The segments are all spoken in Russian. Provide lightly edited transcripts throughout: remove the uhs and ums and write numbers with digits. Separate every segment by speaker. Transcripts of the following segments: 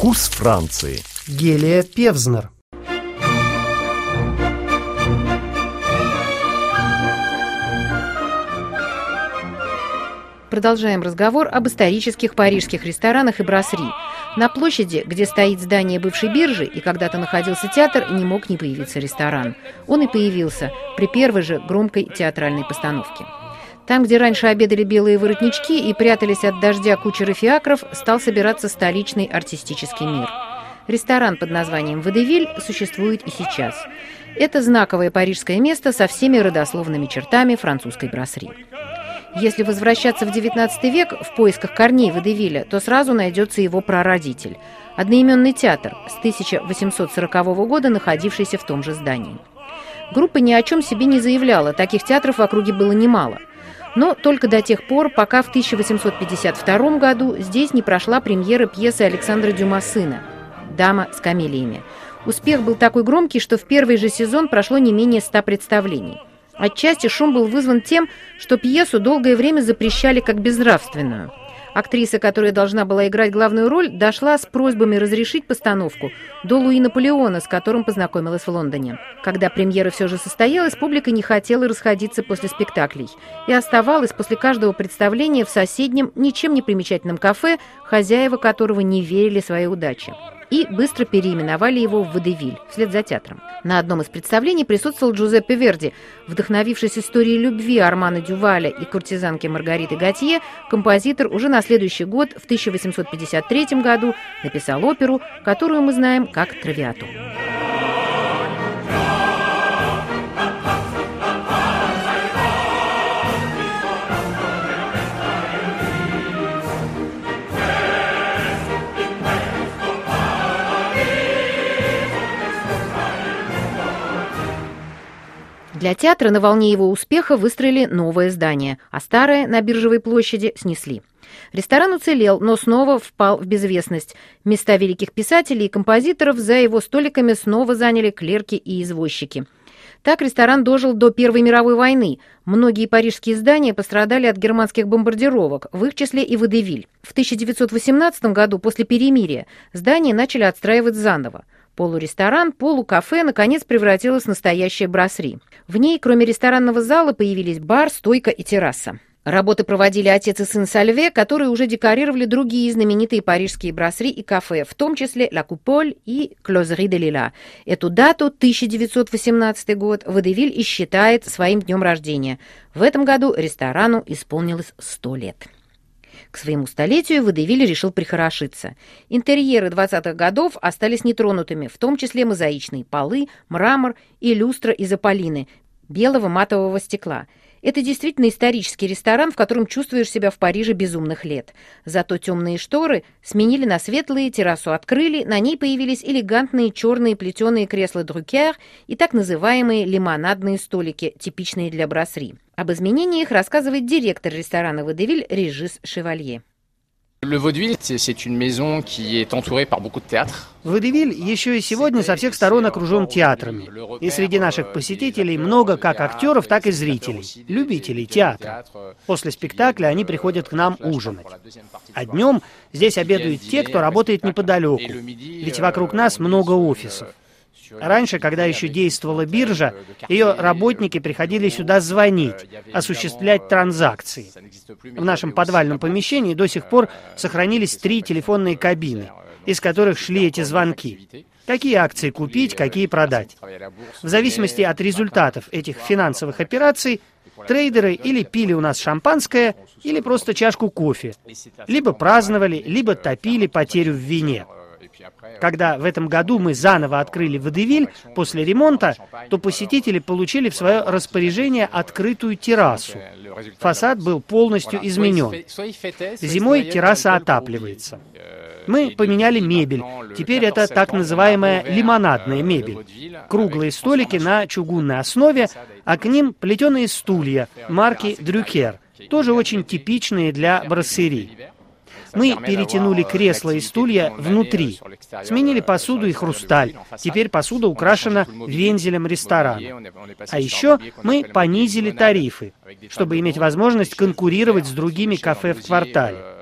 Speaker 1: Вкус Франции.
Speaker 2: Гелия Певзнер.
Speaker 3: Продолжаем разговор об исторических парижских ресторанах и брасserie. На площади, где стоит здание бывшей биржи и когда-то находился театр, не мог не появиться ресторан. Он и появился при первой же громкой театральной постановке. Там, где раньше обедали белые воротнички и прятались от дождя кучеры фиакров, стал собираться столичный артистический мир. Ресторан под названием «Водевиль» существует и сейчас. Это знаковое парижское место со всеми родословными чертами французской брасserie. Если возвращаться в XIX век в поисках корней водевиля, то сразу найдется его прародитель – одноименный театр, с 1840 года находившийся в том же здании. Группа ни о чем себе не заявляла, таких театров в округе было немало. Но только до тех пор, пока в 1852 году здесь не прошла премьера пьесы Александра Дюма сына «Дама с камелиями». Успех был такой громкий, что в первый же сезон прошло не менее 100 представлений. Отчасти шум был вызван тем, что пьесу долгое время запрещали как безнравственную. Актриса, которая должна была играть главную роль, дошла с просьбами разрешить постановку до Луи Наполеона, с которым познакомилась в Лондоне. Когда премьера все же состоялась, публика не хотела расходиться после спектаклей и оставалась после каждого представления в соседнем, ничем не примечательном кафе, хозяева которого не верили своей удаче. И быстро переименовали его в «Водевиль» вслед за театром. На одном из представлений присутствовал Джузеппе Верди. Вдохновившись историей любви Армана Дюваля и куртизанки Маргариты Готье, композитор уже на следующий год, в 1853 году, написал оперу, которую мы знаем как «Травиату». Для театра на волне его успеха выстроили новое здание, а старое на Биржевой площади снесли. Ресторан уцелел, но снова впал в безвестность. Места великих писателей и композиторов за его столиками снова заняли клерки и извозчики. Так ресторан дожил до Первой мировой войны. Многие парижские здания пострадали от германских бомбардировок, в их числе и «Водевиль». В 1918 году, после перемирия, здание начали отстраивать заново. Полуресторан, полукафе, наконец, превратилось в настоящее брасserie. В ней, кроме ресторанного зала, появились бар, стойка и терраса. Работы проводили отец и сын Сальве, которые уже декорировали другие знаменитые парижские брасserie и кафе, в том числе «Ла Куполь» и «Closerie de Lila». Эту дату, 1918 год, «Водевиль» и считает своим днем рождения. В этом году ресторану исполнилось 100 лет. К своему столетию «Водевиль» решил прихорошиться. Интерьеры 20-х годов остались нетронутыми, в том числе мозаичные полы, мрамор и люстра из опалины, белого матового стекла. Это действительно исторический ресторан, в котором чувствуешь себя в Париже безумных лет. Зато темные шторы сменили на светлые, террасу открыли, на ней появились элегантные черные плетеные кресла Друкер и так называемые лимонадные столики, типичные для брасserie. Об изменениях рассказывает директор ресторана «Водевиль» Регис Шевалье.
Speaker 4: Водевиль еще и сегодня со всех сторон окружен театрами. И среди наших посетителей много как актеров, так и зрителей, любителей театра. После спектакля они приходят к нам ужинать. А днем здесь обедают те, кто работает неподалеку, ведь вокруг нас много офисов. Раньше, когда еще действовала биржа, ее работники приходили сюда звонить, осуществлять транзакции. В нашем подвальном помещении до сих пор сохранились 3 телефонные кабины, из которых шли эти звонки. Какие акции купить, какие продать. В зависимости от результатов этих финансовых операций, трейдеры или пили у нас шампанское, или просто чашку кофе, либо праздновали, либо топили потерю в вине. Когда в этом году мы заново открыли «Водевиль» после ремонта, то посетители получили в свое распоряжение открытую террасу. Фасад был полностью изменен. Зимой терраса отапливается. Мы поменяли мебель. Теперь это так называемая лимонадная мебель. Круглые столики на чугунной основе, а к ним плетеные стулья марки «Дрюкер», тоже очень типичные для брасserie. Мы перетянули кресла и стулья внутри, сменили посуду и хрусталь. Теперь посуда украшена вензелем ресторана. А еще мы понизили тарифы, чтобы иметь возможность конкурировать с другими кафе в квартале.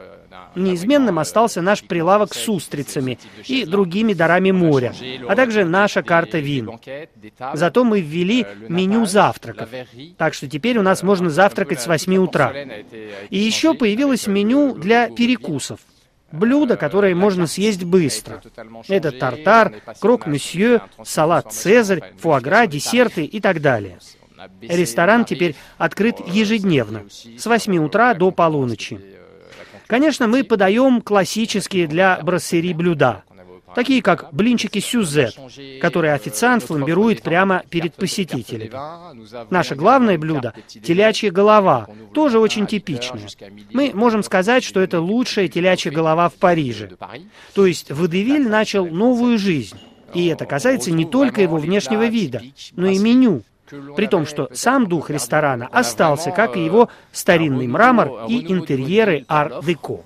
Speaker 4: неизменным остался наш прилавок с устрицами и другими дарами моря, а также наша карта вин. Зато мы ввели меню завтраков, так что теперь у нас можно завтракать с 8 утра. И еще появилось меню для перекусов. Блюда, которые можно съесть быстро. Это тартар, крок-мсье, салат «Цезарь», фуагра, десерты и так далее. Ресторан теперь открыт ежедневно, с 8 утра до полуночи. Конечно, мы подаем классические для брассери блюда, такие как блинчики сюзет, которые официант фламбирует прямо перед посетителями. Наше главное блюдо – телячья голова, тоже очень типичное. Мы можем сказать, что это лучшая телячья голова в Париже. То есть Водевиль начал новую жизнь. И это касается не только его внешнего вида, но и меню. При том, что сам дух ресторана остался, как и его старинный мрамор и интерьеры ар-деко.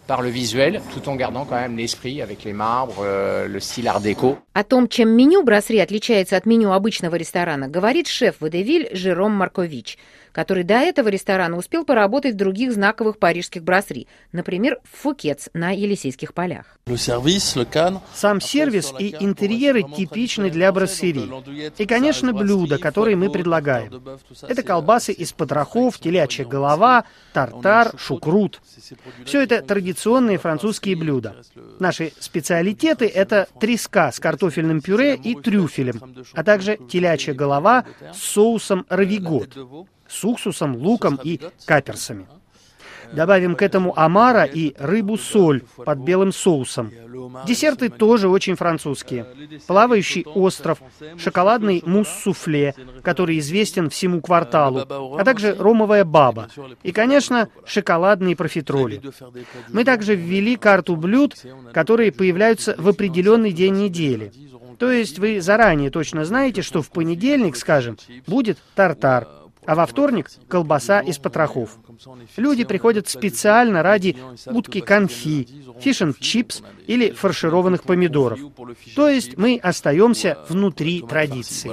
Speaker 3: О том, чем меню брасserie отличается от меню обычного ресторана, говорит шеф Водевиль Жером Маркович, который до этого ресторана успел поработать в других знаковых парижских брасserie, например, в Фукетс на Елисейских полях.
Speaker 4: Сам сервис и интерьеры типичны для брассерии. И, конечно, блюда, которые мы предлагаем. Это колбасы из потрохов, телячья голова, тартар, шукрут. Все это традиционные французские блюда. Наши специалитеты – это треска с картофельным пюре и трюфелем, а также телячья голова с соусом равигот, с уксусом, луком и каперсами. Добавим к этому омара и рыбу-соль под белым соусом. Десерты тоже очень французские. Плавающий остров, шоколадный мусс-суфле, который известен всему кварталу, а также ромовая баба. И, конечно, шоколадные профитроли. Мы также ввели карту блюд, которые появляются в определенный день недели. То есть вы заранее точно знаете, что в понедельник, скажем, будет тартар, а во вторник – колбаса из потрохов. Люди приходят специально ради утки конфи, фиш-энд-чипс или фаршированных помидоров. То есть мы остаемся внутри традиции.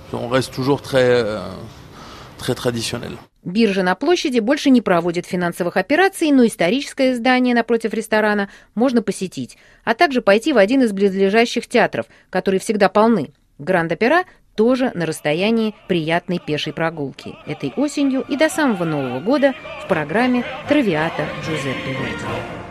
Speaker 3: Биржа на площади больше не проводит финансовых операций, но историческое здание напротив ресторана можно посетить, а также пойти в один из близлежащих театров, которые всегда полны. Гранд-Опера тоже на расстоянии приятной пешей прогулки. Этой осенью и до самого Нового года в программе «Травиата» Джузеппе Верди.